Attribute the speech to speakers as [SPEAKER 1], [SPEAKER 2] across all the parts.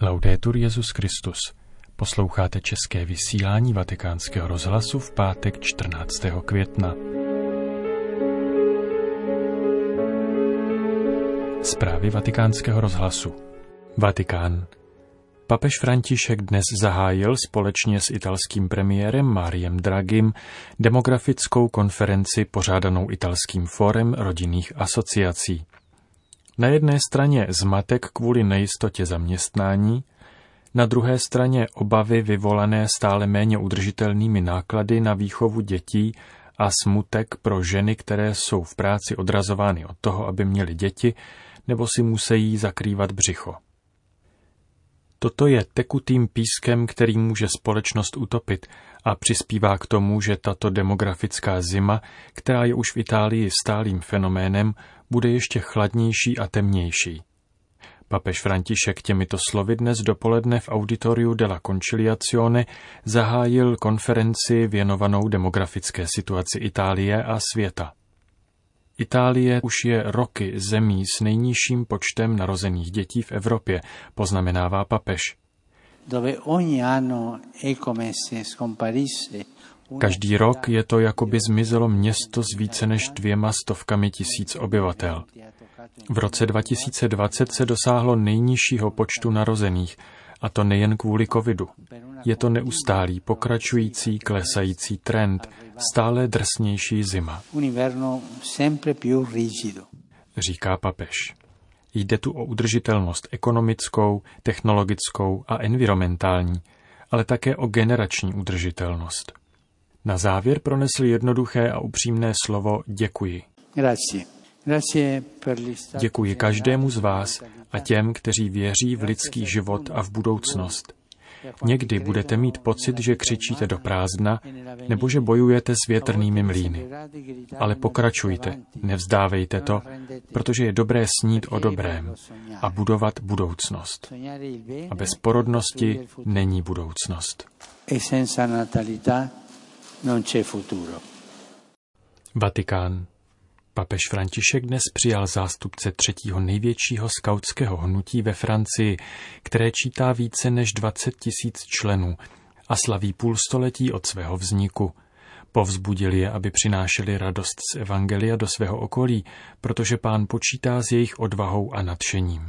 [SPEAKER 1] Laudetur Jesus Christus. Posloucháte české vysílání Vatikánského rozhlasu v pátek 14. května. Zprávy Vatikánského rozhlasu. Vatikán. Papež František dnes zahájil společně s italským premiérem Mariem Draghim demografickou konferenci pořádanou italským fórem rodinných asociací. Na jedné straně zmatek kvůli nejistotě zaměstnání, na druhé straně obavy vyvolané stále méně udržitelnými náklady na výchovu dětí a smutek pro ženy, které jsou v práci odrazovány od toho, aby měly děti, nebo si musí zakrývat břicho. Toto je tekutým pískem, který může společnost utopit a přispívá k tomu, že tato demografická zima, která je už v Itálii stálým fenoménem, bude ještě chladnější a temnější. Papež František těmito slovy dnes dopoledne v Auditoriu della Conciliazione zahájil konferenci věnovanou demografické situaci Itálie a světa. Itálie už je roky zemí s nejnižším počtem narozených dětí v Evropě, poznamenává papež. Každý rok je to, jako by zmizelo město s více než 200 000 obyvatel. V roce 2020 se dosáhlo nejnižšího počtu narozených, a to nejen kvůli covidu. Je to neustálý, pokračující, klesající trend, stále drsnější zima. Říká papež. Jde tu o udržitelnost ekonomickou, technologickou a environmentální, ale také o generační udržitelnost. Na závěr pronesl jednoduché a upřímné slovo děkuji. Děkuji každému z vás a těm, kteří věří v lidský život a v budoucnost. Někdy budete mít pocit, že křičíte do prázdna nebo že bojujete s větrnými mlýny. Ale pokračujte, nevzdávejte to, protože je dobré snít o dobrém a budovat budoucnost. A bez porodnosti není budoucnost. Vatikán. Papež František dnes přijal zástupce třetího největšího skautského hnutí ve Francii, které čítá více než 20 000 členů a slaví půlstoletí od svého vzniku. Povzbudil je, aby přinášeli radost z evangelia do svého okolí, protože Pán počítá s jejich odvahou a nadšením.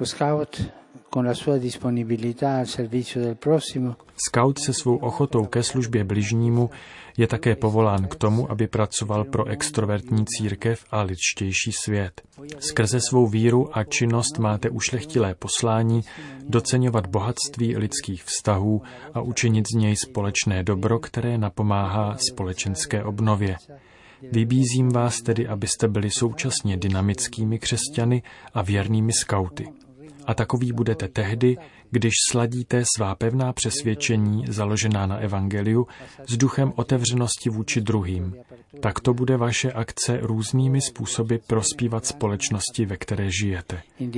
[SPEAKER 1] Skaut se svou ochotou ke službě bližnímu je také povolán k tomu, aby pracoval pro extrovertní církev a lidštější svět. Skrze svou víru a činnost máte ušlechtilé poslání doceňovat bohatství lidských vztahů a učinit z něj společné dobro, které napomáhá společenské obnově. Vybízím vás tedy, abyste byli současně dynamickými křesťany a věrnými skauty. A takový budete tehdy, když sladíte svá pevná přesvědčení založená na evangeliu s duchem otevřenosti vůči druhým. Tak to bude vaše akce různými způsoby prospívat společnosti, ve které žijete.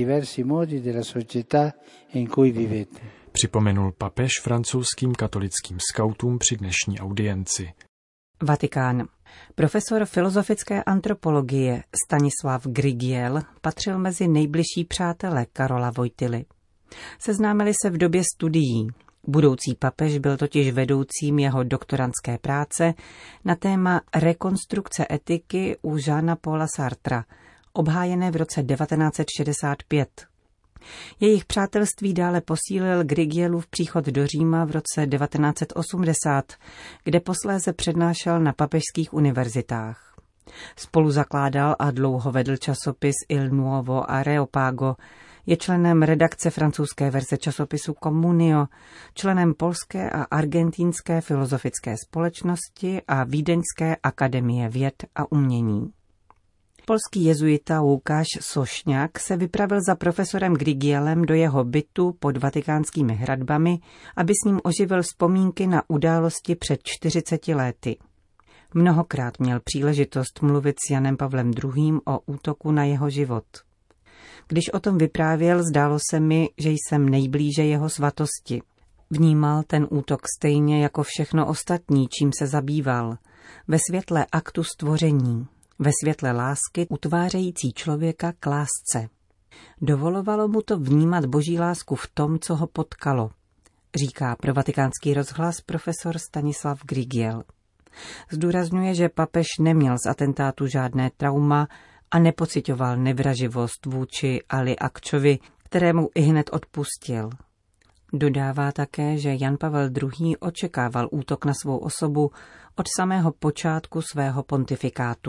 [SPEAKER 1] Připomenul papež francouzským katolickým skautům při dnešní audienci.
[SPEAKER 2] Vatikán. Profesor filozofické antropologie Stanislav Grigel patřil mezi nejbližší přátele Karola Wojtyly. Seznámili se v době studií. Budoucí papež byl totiž vedoucím jeho doktorandské práce na téma rekonstrukce etiky u Jeana Paula Sartra, obhájené v roce 1965. Jejich přátelství dále posílil Grigielův příchod do Říma v roce 1980, kde posléze přednášel na papežských univerzitách. Spolu zakládal a dlouho vedl časopis Il Nuovo Areopago, je členem redakce francouzské verze časopisu Communio, členem Polské a Argentínské filozofické společnosti a Vídeňské akademie věd a umění. Polský jezuita Łukasz Sośniak se vypravil za profesorem Grigielem do jeho bytu pod vatikánskými hradbami, aby s ním oživil vzpomínky na události před 40 lety. Mnohokrát měl příležitost mluvit s Janem Pavlem II. O útoku na jeho život. Když o tom vyprávěl, zdálo se mi, že jsem nejblíže jeho svatosti. Vnímal ten útok stejně jako všechno ostatní, čím se zabýval, ve světle aktu stvoření. Ve světle lásky utvářející člověka k lásce. Dovolovalo mu to vnímat boží lásku v tom, co ho potkalo, říká pro Vatikánský rozhlas profesor Stanislav Grigel. Zdůrazňuje, že papež neměl z atentátu žádné trauma a nepociťoval nevraživost vůči Ali Akčovi, kterému ihned odpustil. Dodává také, že Jan Pavel II. Očekával útok na svou osobu od samého počátku svého pontifikátu.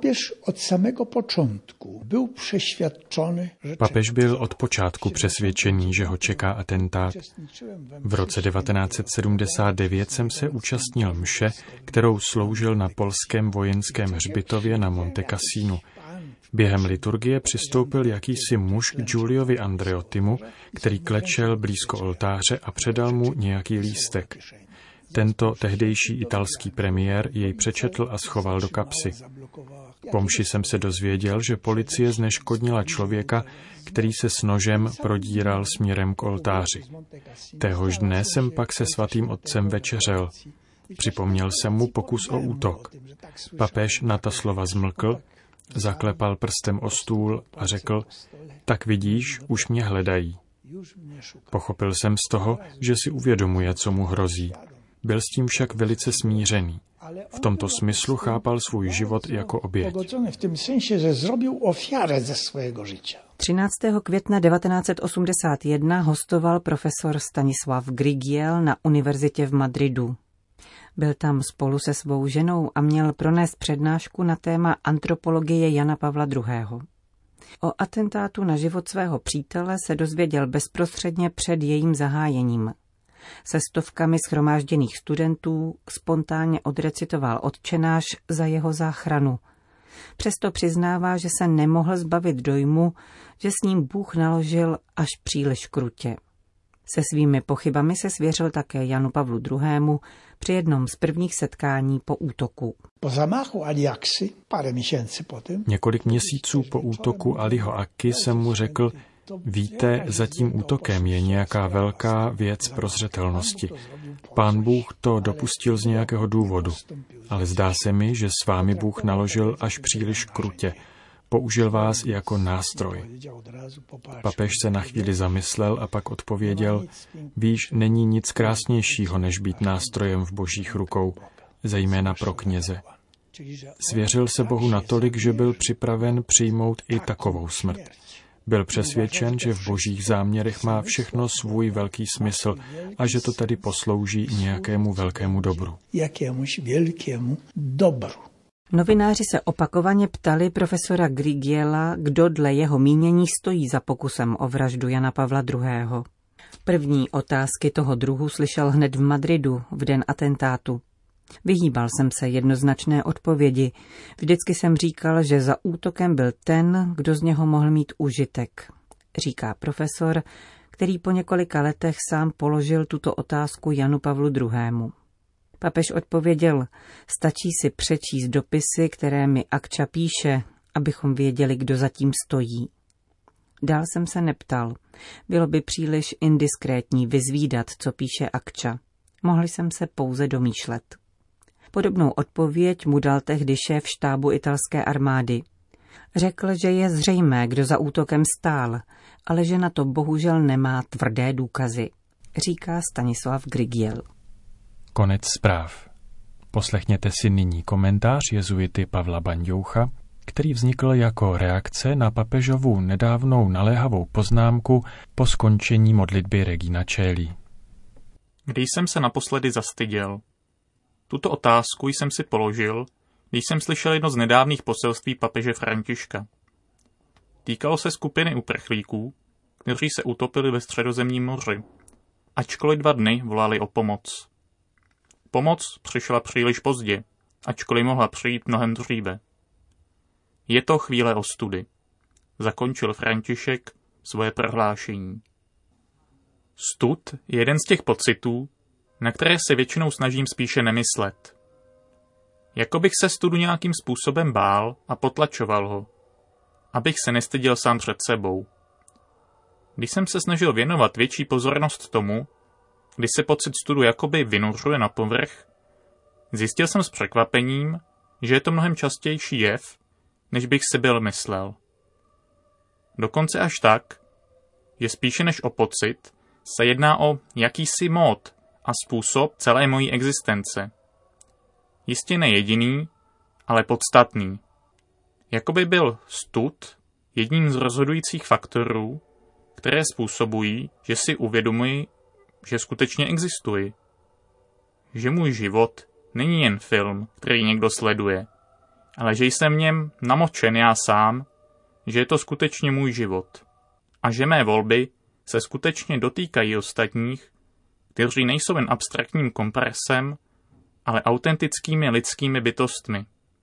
[SPEAKER 1] Papež byl od počátku přesvědčený, že ho čeká atentát. V roce 1979 jsem se účastnil mše, kterou sloužil na polském vojenském hřbitově na Monte Cassinu. Během liturgie přistoupil jakýsi muž k Giuliovi Andreottimu, který klečel blízko oltáře a předal mu nějaký lístek. Tento tehdejší italský premiér jej přečetl a schoval do kapsy. Po mši jsem se dozvěděl, že policie zneškodnila člověka, který se s nožem prodíral směrem k oltáři. Téhož dne jsem pak se svatým otcem večeřel. Připomněl jsem mu pokus o útok. Papež na ta slova zmlkl, zaklepal prstem o stůl a řekl, tak vidíš, už mě hledají. Pochopil jsem z toho, že si uvědomuje, co mu hrozí. Byl s tím však velice smířený. V tomto smyslu chápal svůj život jako oběť.
[SPEAKER 2] 13. května 1981 hostoval profesor Stanislav Grigel na univerzitě v Madridu. Byl tam spolu se svou ženou a měl pronést přednášku na téma antropologie Jana Pavla II. O atentátu na život svého přítele se dozvěděl bezprostředně před jejím zahájením. Se stovkami shromážděných studentů spontánně odrecitoval Otčenáš za jeho záchranu. Přesto přiznává, že se nemohl zbavit dojmu, že s ním Bůh naložil až příliš krutě. Se svými pochybami se svěřil také Janu Pavlu II. Při jednom z prvních setkání po útoku.
[SPEAKER 1] Několik měsíců po útoku Aliho Akky jsem mu řekl, víte, za tím útokem je nějaká velká věc prozřetelnosti. Pán Bůh to dopustil z nějakého důvodu, ale zdá se mi, že s vámi Bůh naložil až příliš krutě. Použil vás jako nástroj. Papež se na chvíli zamyslel a pak odpověděl, víš, není nic krásnějšího, než být nástrojem v božích rukou, zejména pro kněze. Svěřil se Bohu natolik, že byl připraven přijmout i takovou smrt. Byl přesvědčen, že v božích záměrech má všechno svůj velký smysl a že to tady poslouží nějakému velkému dobru.
[SPEAKER 2] Novináři se opakovaně ptali profesora Grigiela, kdo dle jeho mínění stojí za pokusem o vraždu Jana Pavla II. První otázky toho druhu slyšel hned v Madridu v den atentátu. Vyhýbal jsem se jednoznačné odpovědi. Vždycky jsem říkal, že za útokem byl ten, kdo z něho mohl mít užitek, říká profesor, který po několika letech sám položil tuto otázku Janu Pavlu II. Papež odpověděl, stačí si přečíst dopisy, které mi Akča píše, abychom věděli, kdo zatím stojí. Dál jsem se neptal. Bylo by příliš indiskrétní vyzvídat, co píše Akča. Mohl jsem se pouze domýšlet. Podobnou odpověď mu dal tehdy šéf štábu italské armády. Řekl, že je zřejmé, kdo za útokem stál, ale že na to bohužel nemá tvrdé důkazy, říká Stanislav Grigel.
[SPEAKER 1] Konec zpráv. Poslechněte si nyní komentář jezuity Pavla Banďoucha, který vznikl jako reakce na papežovu nedávnou naléhavou poznámku po skončení modlitby Regina Coeli.
[SPEAKER 3] Když jsem se naposledy zastyděl? Tuto otázku jsem si položil, když jsem slyšel jedno z nedávných poselství papeže Františka. Týkalo se skupiny uprchlíků, kteří se utopili ve Středozemním moři, ačkoliv 2 dny volali o pomoc. Pomoc přišla příliš pozdě, ačkoliv mohla přijít mnohem dříve. Je to chvíle ostudy. Zakončil František svoje prohlášení. Stud je jeden z těch pocitů, na které se většinou snažím spíše nemyslet. Jako bych se studu nějakým způsobem bál a potlačoval ho, abych se nestyděl sám před sebou. Když jsem se snažil věnovat větší pozornost tomu, když se pocit studu jakoby vynořuje na povrch, zjistil jsem s překvapením, že je to mnohem častější jev, než bych si byl myslel. Dokonce až tak, že spíše než o pocit se jedná o jakýsi mód a způsob celé mojí existence. Jistě ne jediný, ale podstatný. Jakoby byl stud jedním z rozhodujících faktorů, které způsobují, že si uvědomuji, že skutečně existuji. Že můj život není jen film, který někdo sleduje, ale že jsem v něm namočen já sám, že je to skutečně můj život. A že mé volby se skutečně dotýkají ostatních, kteří nejsou jen abstraktním kompresem, ale autentickými lidskými bytostmi.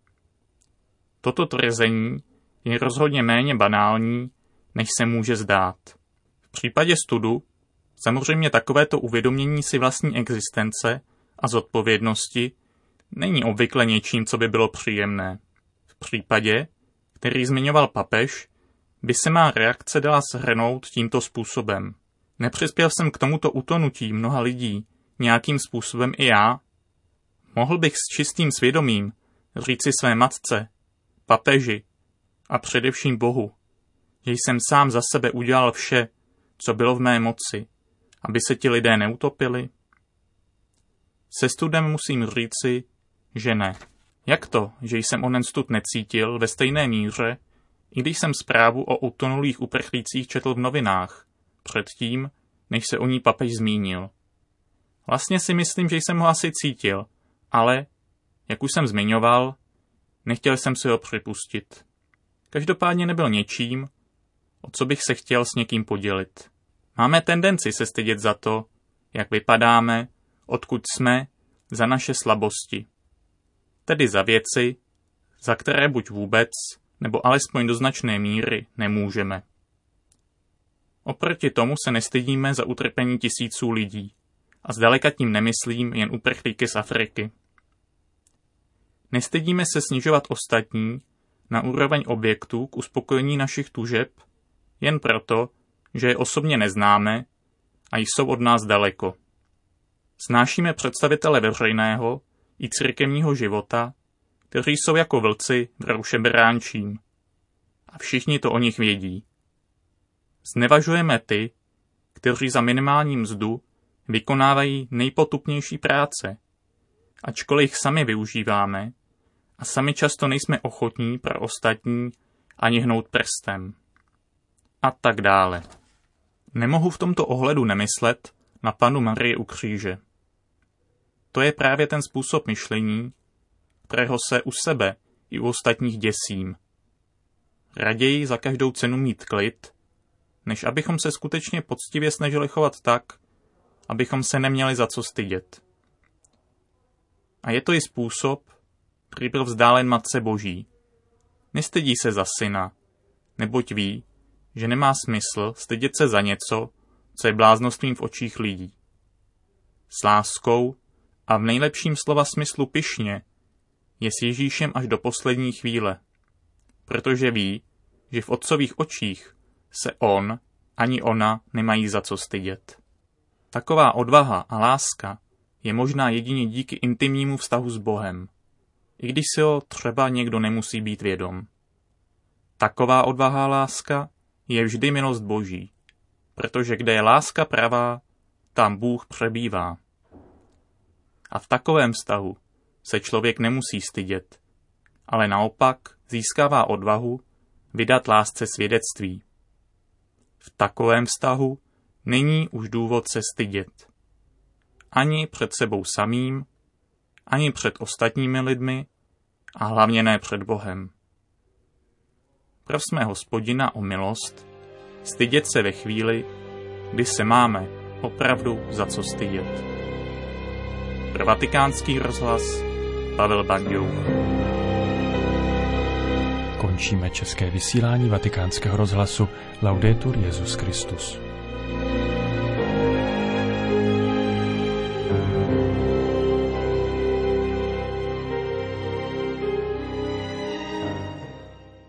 [SPEAKER 3] Toto tvrzení je rozhodně méně banální, než se může zdát. V případě studu samozřejmě takovéto uvědomění si vlastní existence a zodpovědnosti není obvykle něčím, co by bylo příjemné. V případě, který zmiňoval papež, by se má reakce dala shrnout tímto způsobem. Nepřispěl jsem k tomuto utonutí mnoha lidí nějakým způsobem i já? Mohl bych s čistým svědomím říci své matce, papeži a především Bohu, že jsem sám za sebe udělal vše, co bylo v mé moci, aby se ti lidé neutopili? Se studem musím říci, že ne. Jak to, že jsem onen stud necítil ve stejné míře, i když jsem zprávu o utonulých uprchlících četl v novinách, předtím, než se o ní papež zmínil. Vlastně si myslím, že jsem ho asi cítil, ale, jak už jsem zmiňoval, nechtěl jsem si ho připustit. Každopádně nebyl něčím, o co bych se chtěl s někým podělit. Máme tendenci se stydět za to, jak vypadáme, odkud jsme, za naše slabosti. Tedy za věci, za které buď vůbec, nebo alespoň do značné míry nemůžeme. Oproti tomu se nestydíme za utrpení tisíců lidí a zdaleka tím nemyslím jen uprchlíky z Afriky. Nestydíme se snižovat ostatní na úroveň objektů k uspokojení našich tužeb jen proto, že je osobně neznáme a jsou od nás daleko. Snášíme představitele veřejného i církevního života, kteří jsou jako vlci v rouše beránčím. A všichni to o nich vědí. Znevažujeme ty, kteří za minimální mzdu vykonávají nejpotupnější práce, ačkoliv jich sami využíváme a sami často nejsme ochotní pro ostatní ani hnout prstem. A tak dále. Nemohu v tomto ohledu nemyslet na Pannu Marii u kříže. To je právě ten způsob myšlení, kterého se u sebe i u ostatních děsím. Raději za každou cenu mít klid, než abychom se skutečně poctivě snažili chovat tak, abychom se neměli za co stydět. A je to i způsob, který byl vzdálen Matce Boží. Nestydí se za syna, neboť ví, že nemá smysl stydět se za něco, co je bláznostvím v očích lidí. S láskou a v nejlepším slova smyslu pyšně je s Ježíšem až do poslední chvíle, protože ví, že v otcových očích se on ani ona nemají za co stydět. Taková odvaha a láska je možná jedině díky intimnímu vztahu s Bohem, i když si ho třeba někdo nemusí být vědom. Taková odvaha a láska je vždy milost Boží, protože kde je láska pravá, tam Bůh přebývá. A v takovém vztahu se člověk nemusí stydět, ale naopak získává odvahu vydat lásce svědectví. V takovém vztahu není už důvod se stydět. Ani před sebou samým, ani před ostatními lidmi a hlavně ne před Bohem. Prosme Hospodina o milost, stydět se ve chvíli, kdy se máme opravdu za co stydět. Pro Vatikánský rozhlas Pavel Banďouk.
[SPEAKER 1] Končíme české vysílání Vatikánského rozhlasu. Laudetur Jesus Christus.